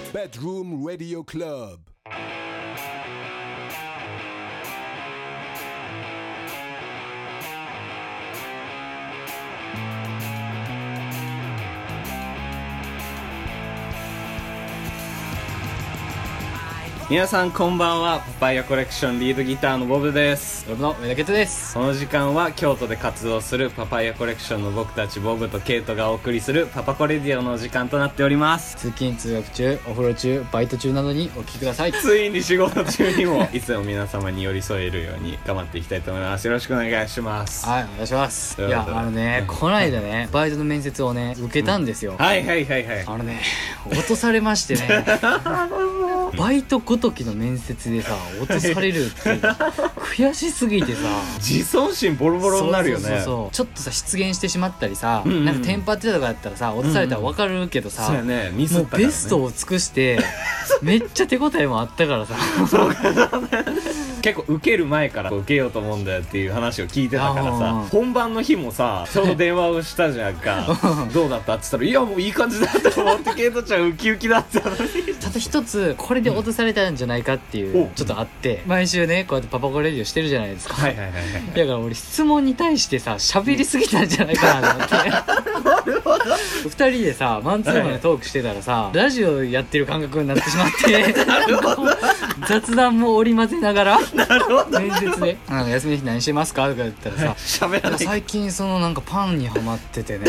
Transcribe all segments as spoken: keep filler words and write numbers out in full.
Bedroom Radio Club。 皆さんこんばんは。パパイヤコレクションリードギターのボブです。 ドラムの上田ケイトです。 この時間は京都で活動するパパイヤコレクションの僕たちボブとケイトがお送りするパパコレディオの時間となっております。 通勤通学中、お風呂中、バイト中などにお聞きください。 ついに仕事中にもいつも皆様に寄り添えるように頑張っていきたいと思います。よろしくお願いします。 はい、お願いします。いや、あのね、この間ね、バイトの面接をね受けたんですよ、 うん、はいはいはいはい。 あのね、落とされましてねバイトごときの面接でさ落とされるって悔しすぎてさ自尊心ボロボロになるよね。 そうそうそう、ちょっとさ失言してしまったりさ、 うんうん、 なんかテンパってたとかだったらさ落とされたら分かるけどさ、 そうやね、ミスったからね、 もうベストを尽くしてめっちゃ手応えもあったからさそうかね結構受ける前から受けようと思うんだよっていう話を聞いてたからさ、本番の日もさちょうど電話をしたじゃんかどうだったって言ったら、いやもういい感じだったと思ってケイトちゃんウキウキだったのにただ一つこれで落とされたんじゃないかっていう、うん、ちょっとあって、毎週ねこうやってパパコレディオしてるじゃないですか。 はいはいはいはい、 だから俺質問に対してさ喋りすぎたんじゃないかなと思ってなるほどふたりでさマンツーマンでトークしてたらさ、はい、ラジオやってる感覚になってしまってなるほど雑談も織り交ぜながらなるほど面接であの休みの日何してますかとか言ったらさ、 喋らない、 最近そのなんかパンにハマっててね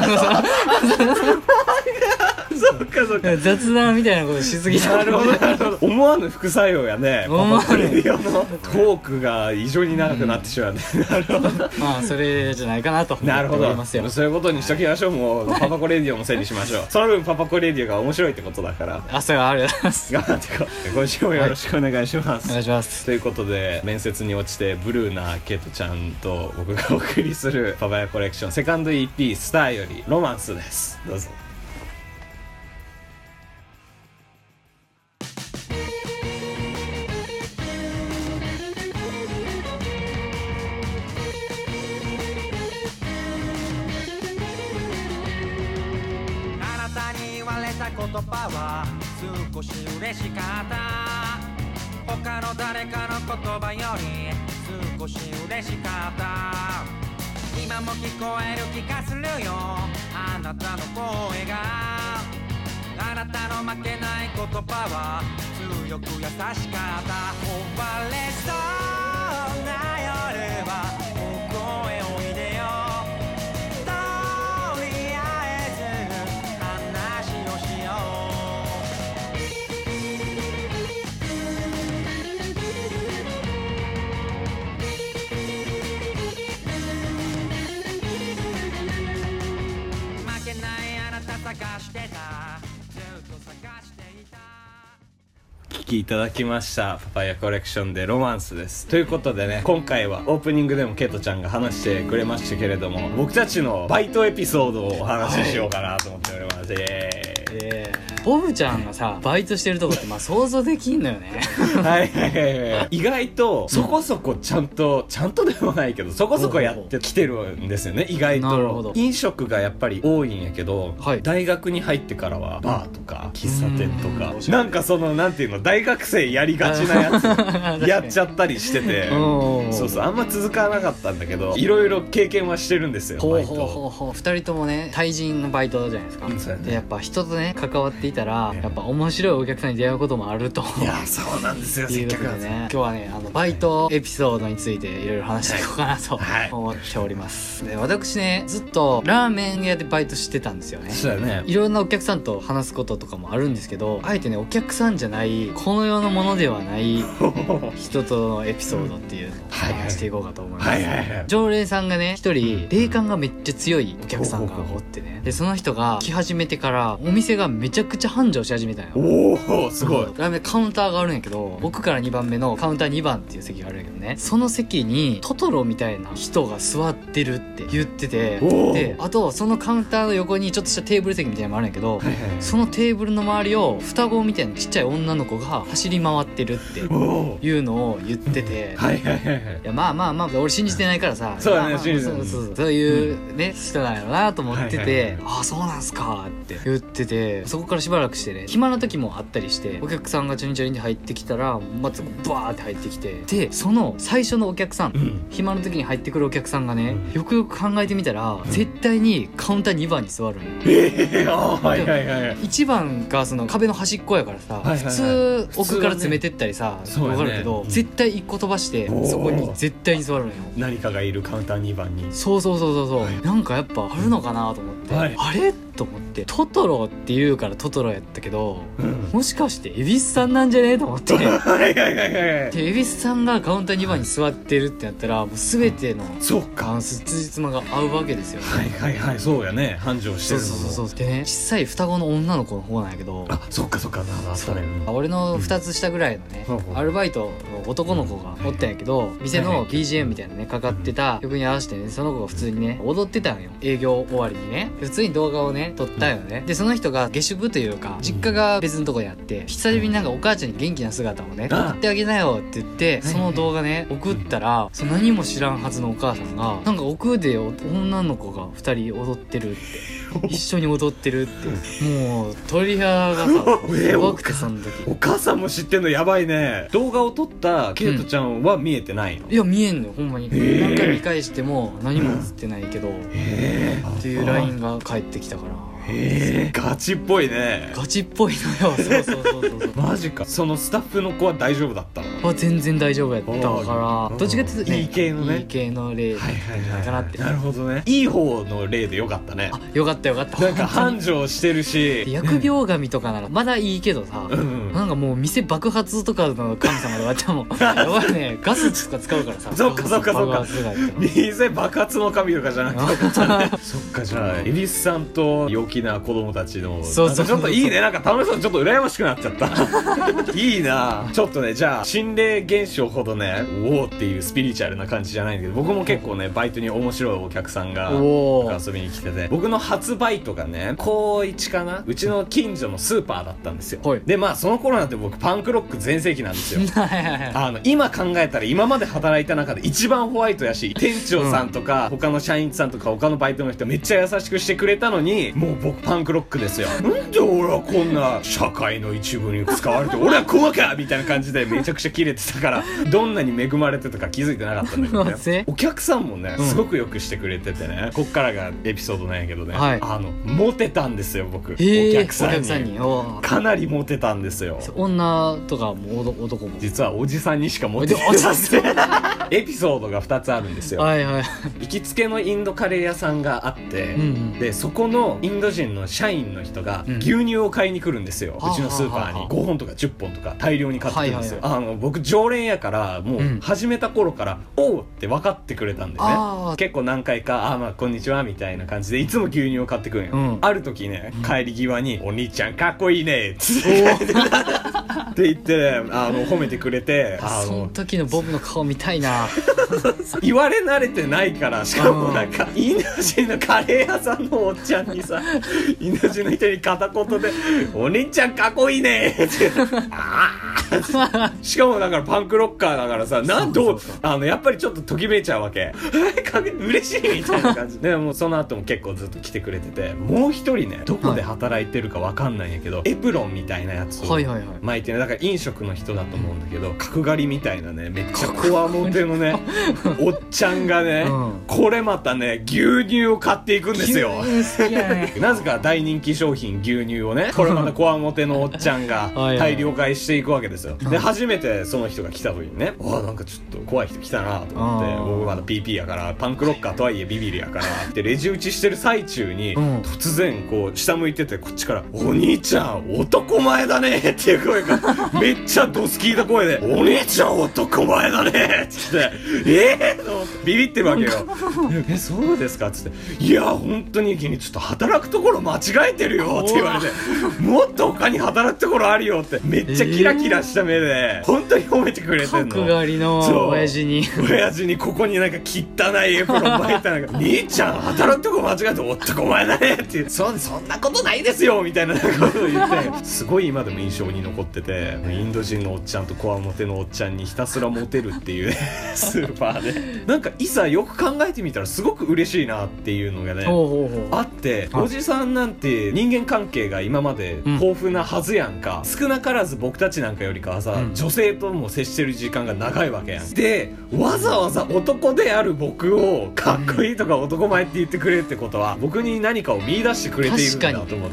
そうかそうか、 雑談みたいなことしすぎた。 なるほどなるほど、思わぬ副作用やね。パパコレディオのトークが異常に長くなってしまうね、うん、なるほどまあそれじゃないかなと思っておりますよ。 なるほど、そういうことにしときましょう。もうパパコレディオも整理しましょうその分パパコレディオが面白いってことだからあ、そう、ありがとうございます。 頑張っていこう。今週もよろしくお願いします、 はい、お願いします。 ということで、面接に落ちてブルーなケイトちゃんと僕がお送りするパパイヤコレクションセカンド イーピー スターよりロマンスです。どうぞ。 言葉は少し嬉しかった。他の誰かの言葉より少し嬉しかった。今も聞こえる気がするよ、あなたの声が。あなたの負けない言葉は強く優しかった。終われそうな夜はここへおいでよ。 お聴きいただきましたパパイヤコレクションでロマンスです。ということでね、今回はオープニングでもケイトちゃんが話してくれましたけれども、僕たちのバイトエピソードをお話ししようかなと思っております、はい、イエーイ。 えー、ボブちゃんがさバイトしてるとこってまあ想像できんのよねはいはいはいはい、意外とそこそこちゃんとちゃんとでもないけどそこそこやってきてるんですよね。意外と飲食がやっぱり多いんやけど、はい、大学に入ってからはバーとか喫茶店とか、なんかそのなんていうの、大学生やりがちなやつやっちゃったりしててそうそう、あんま続かなかったんだけど、いろいろ経験はしてるんですよ。 ほうほうほうほう。ふたりともね対人のバイトじゃないですか、うん、そうやね。でやっぱ人とね関わっていたらやっぱ面白いお客さんに出会うこともあると。 いやそうなんですよ。 いうことでね、今日はねあのバイトエピソードについていろいろ話していこうかなと思っております。で私ねずっとラーメン屋でバイトしてたんですよね。 そうだね。 いろんなお客さんと話すこととかもあるんですけど、あえてねお客さんじゃないこの世のものではない人とのエピソードっていうのを話していこうかと思います。はいはいはい、常連さんがね一人霊感がめっちゃ強いお客さんがおってね、でその人が来始めてからお店がめちゃくちゃ繁盛し始めたんよ。 おおすごい。 ラーメンカウンターがあるんやけど、僕からにばんめのカウンターにばんっていう席があるんやけどね、その席にトトロみたいな人が座ってるって言ってて、であとそのカウンターの横にちょっとしたテーブル席みたいなのもあるんやけど、はいはい、そのテーブルの周りを双子みたいなちっちゃい女の子が走り回ってるっていうのを言ってて、はいはいはいはい、いやまあまあまあ俺信じてないからさ、 そうだね、 まあ、信じてない、そうそうそういうね、うん、人なんやろなと思ってて、はいはいはい、ああそうなんすかって言ってて、 て、そこからしばらくしてね、暇な時もあったりして、お客さんがチャリンチャリンで入ってきたらまずバーって入ってきて、でその最初のお客さん、うん、暇の時に入ってくるお客さんがね、うん、よくよく考えてみたら、うん、絶対にカウンターにばんに座るんよ。 えー、あーはいはいはい。 いちばんがその壁の端っこやからさ、はいはいはい、普通奥から詰めてったりさ、わ、ね、かるけど、うん、絶対いっこ飛ばしてそこに絶対に座るんよ。 何かがいるカウンターにばんに。 そうそうそうそうそう、はい、なんかやっぱあるのかなと思って、はい、あれと思ってトトロって言うからトトロやったけど、うん、もしかして恵比寿さんなんじゃねえと思ってはいはいはいはい。で恵比寿さんがカウンターにばんに座ってるってなったらもう全てのそうかつじつまが合うわけですよね。 はいはいはい、そうやね、繁盛してるのも。 そうそうそう。でね、小さい双子の女の子の方なんやけど、 あ、そっかそっか、あったね。 俺のふたつ下ぐらいのね、うん、アルバイトの男の子がおったんやけど、うん、店の ビージーエム みたいなねかかってた曲に合わせてね、その子が普通にね踊ってたんよ、営業終わりにね。普通に動画をね撮ったよね、うん、でその人が下宿というか実家が別のとこにあって、久しぶりになんかお母ちゃんに元気な姿をね送ってあげなよって言って、その動画ね送ったら、その何も知らんはずのお母さんがなんか奥で女の子がふたり踊ってるって一緒に踊ってるってもう鳥肌がさ怖くて、その時お母さんも知ってんのやばいね。動画を撮ったケイトちゃんは見えてないの？ うん、いや見えんのよほんまに。何回見返しても何も映ってないけど、っていう ライン が返ってきたから。 へえ、ガチっぽいね。 ガチっぽいのよ。そうそうそうそうそうマジか。そのスタッフの子は大丈夫だったの？ あ、全然大丈夫やったから、どっちかっていうと、ね、 いい系のね、 いい系の例かなって。 なるほどね。いい方の例でよかったね。 あ、よかったよかった。 なんか繁盛してるし、 疫病神とかならまだいいけどさ、うん、なんかもう店爆発とかの神様でわったもんやばいね、ガスとか使うからさ。 そっかそっかそっか、店爆発の神とかじゃなくてそっか。じゃあ恵比寿さんと陽気な子供たちの、そうそうそうそう、ちょっといいね、なんか楽しそう、ちょっと羨ましくなっちゃったいいな。ちょっとね、じゃあ心霊現象ほどねおおっていうスピリチュアルな感じじゃないんだけど、僕も結構ねバイトに面白いお客さんが遊びに来てて、僕の初バイトがねこういちかな、うちの近所のスーパーだったんですよ、はい、でまあその頃なんて僕パンクロック全盛期なんですよあの今考えたら今まで働いた中で一番ホワイトやし、店長さんとか、うん、他の社員さんとか他のバイトの人めっちゃ優しくしてくれたのに、もう僕パンクロックですよなんで俺はこんな社会の一部に使われて俺はこうかみたいな感じでめちゃくちゃキレてたからどんなに恵まれてとか気づいてなかったんだけどねお客さんもねすごくよくしてくれててね、うん、こっからがエピソードなんやけどね、はい、あのモテたんですよ僕、お客さんに、お客さんにかなりモテたんですよ。 女とかも男も実はおじさんにしかモテてないエピソードがふたつあるんですよ、はいはい、行きつけのインドカレー屋さんがあって、うんうん、でそこのインド人の社員の人が牛乳を買いに来るんですよ、うん、うちのスーパーにごほんとかじゅっぽんとか大量に買ってくるんですよ、はいはいはい、あの僕常連やからもう始めた頃から「おう!」って分かってくれたんでね、うん、結構何回か「あまあこんにちは」みたいな感じでいつも牛乳を買ってくるんよ、うん、ある時ね帰り際に「お兄ちゃんかっこいいね」って言ってねあの褒めてくれて、あのその時のボブの顔見たいな言われ慣れてないから、しかもなんかインド人のカレー屋さんのおっちゃんにさインド人の人に片言で「お兄ちゃんかっこいいね」ってあしかもだからパンクロッカーだからさ、なんとあのやっぱりちょっとときめいちゃうわけ嬉しいみたいな感じで、もうその後も結構ずっと来てくれてて、もう一人ねどこで働いてるかわかんないんやけど、はい、エプロンみたいなやつを巻いてね、だから飲食の人だと思うんだけど、角刈りみたいなねめっちゃこわもてのねおっちゃんがね、うん、これまたね牛乳を買っていくんですよ好きや、ね、なぜか大人気商品牛乳をね、これまたこわもてのおっちゃんが大量買いしていくわけですよ。で初めてその人が来た時にね、わあなんかちょっと怖い人来たなと思って、僕まだ ピーピー やからパンクロッカーとはいえビビりやからでレジ打ちしてる最中に、うん、突然こう下向いててこっちから「お兄ちゃん男前だね」っていう声がめっちゃドス聞いた声で「お兄ちゃん男前だね」って言って「えー!」とビビってるわけよえそうですかっつって「いや本当に君ちょっと働くところ間違えてるよ」って言われて「もっと他に働くところあるよ」ってめっちゃキラキラしした目で本当に褒めてくれてんの。 角刈りの親父に親父にここになんか汚いエプロン巻いたなんか兄ちゃん働くとこ間違えておったこお前だねって言ってそ, そんなことないですよみたいなことを言ってすごい今でも印象に残ってて、インド人のおっちゃんとこわもてのおっちゃんにひたすらモテるっていう、ね、スーパーでなんかいざよく考えてみたらすごく嬉しいなっていうのがねあって、おじさんなんて人間関係が今まで豊富なはずやんか、うん、少なからず僕たちなんかよりかはさ、うん、女性とも接してる時間が長いわけやん。でわざわざ男である僕をかっこいいとか男前って言ってくれるってことは、うん、僕に何かを見出してくれているんだと思って、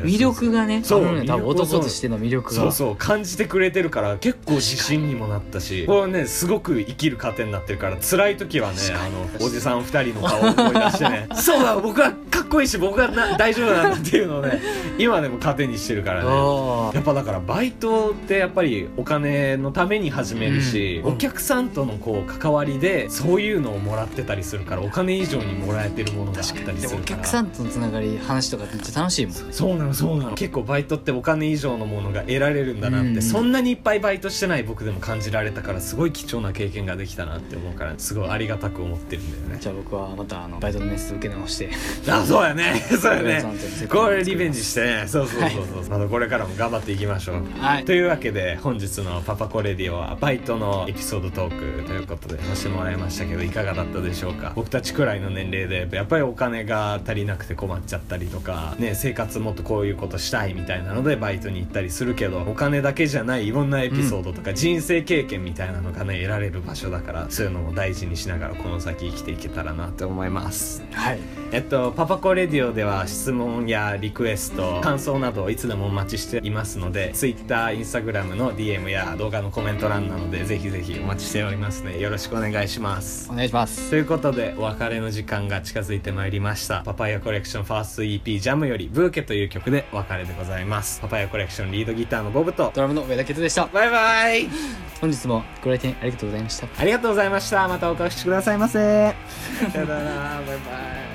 魅力がね、 そう、 多分男としての魅力がそうそう感じてくれてるから結構自信にもなったし、これはねすごく生きる糧になってるから、辛い時はねあのおじさんふたりの顔を思い出してねそうだ僕はかっこいいし僕はな大丈夫なんだっていうのをね今でも糧にしてるからね。やっぱだからバイトってやっぱりお金のために始めるし、うん、お客さんとのこう関わりでそういうのをもらってたりするから、お金以上にもらえてるものがあったりするから、 お客さんとのつながり話とかめっちゃ楽しいもん。 そうなのそうなの。結構バイトってお金以上のものが得られるんだなって、うん、そんなにいっぱいバイトしてない僕でも感じられたから、すごい貴重な経験ができたなって思うから、すごいありがたく思ってるんだよね。 じゃあ僕はまたあのバイトのメス受け直してあ、そうやねそうやねこれリベンジしてね、そうそうそうそう、はい、まだこれからも頑張っていきましょう、はい、というわけで本日のパパコレディオはバイトのエピソードトークということでさせてもらいましたけど、いかがだったでしょうか。僕たちくらいの年齢でやっぱりお金が足りなくて困っちゃったりとかね、生活もっとこういうことしたいみたいなのでバイトに行ったりするけど、お金だけじゃないいろんなエピソードとか人生経験みたいなのがね得られる場所だから、そういうのも大事にしながらこの先生きていけたらなって思います。 はい、 えっとパパコレディオでは質問やリクエスト感想などいつでもお待ちしていますので、 Twitter、Instagram の ディーエム や動画のコメント欄なのでぜひぜひお待ちしておりますね。よろしくお願いします。 お願いします。 ということでお別れの時間が近づいてまいりました。パパイヤコレクションファースト イーピー ジャムよりブーケという曲でお別れでございます。パパイヤコレクションリードギターのボブとドラムの上田健人でした。 バイバイ。 本日もご来店ありがとうございました。 ありがとうございました。またお越しくださいませさよならバイバイ。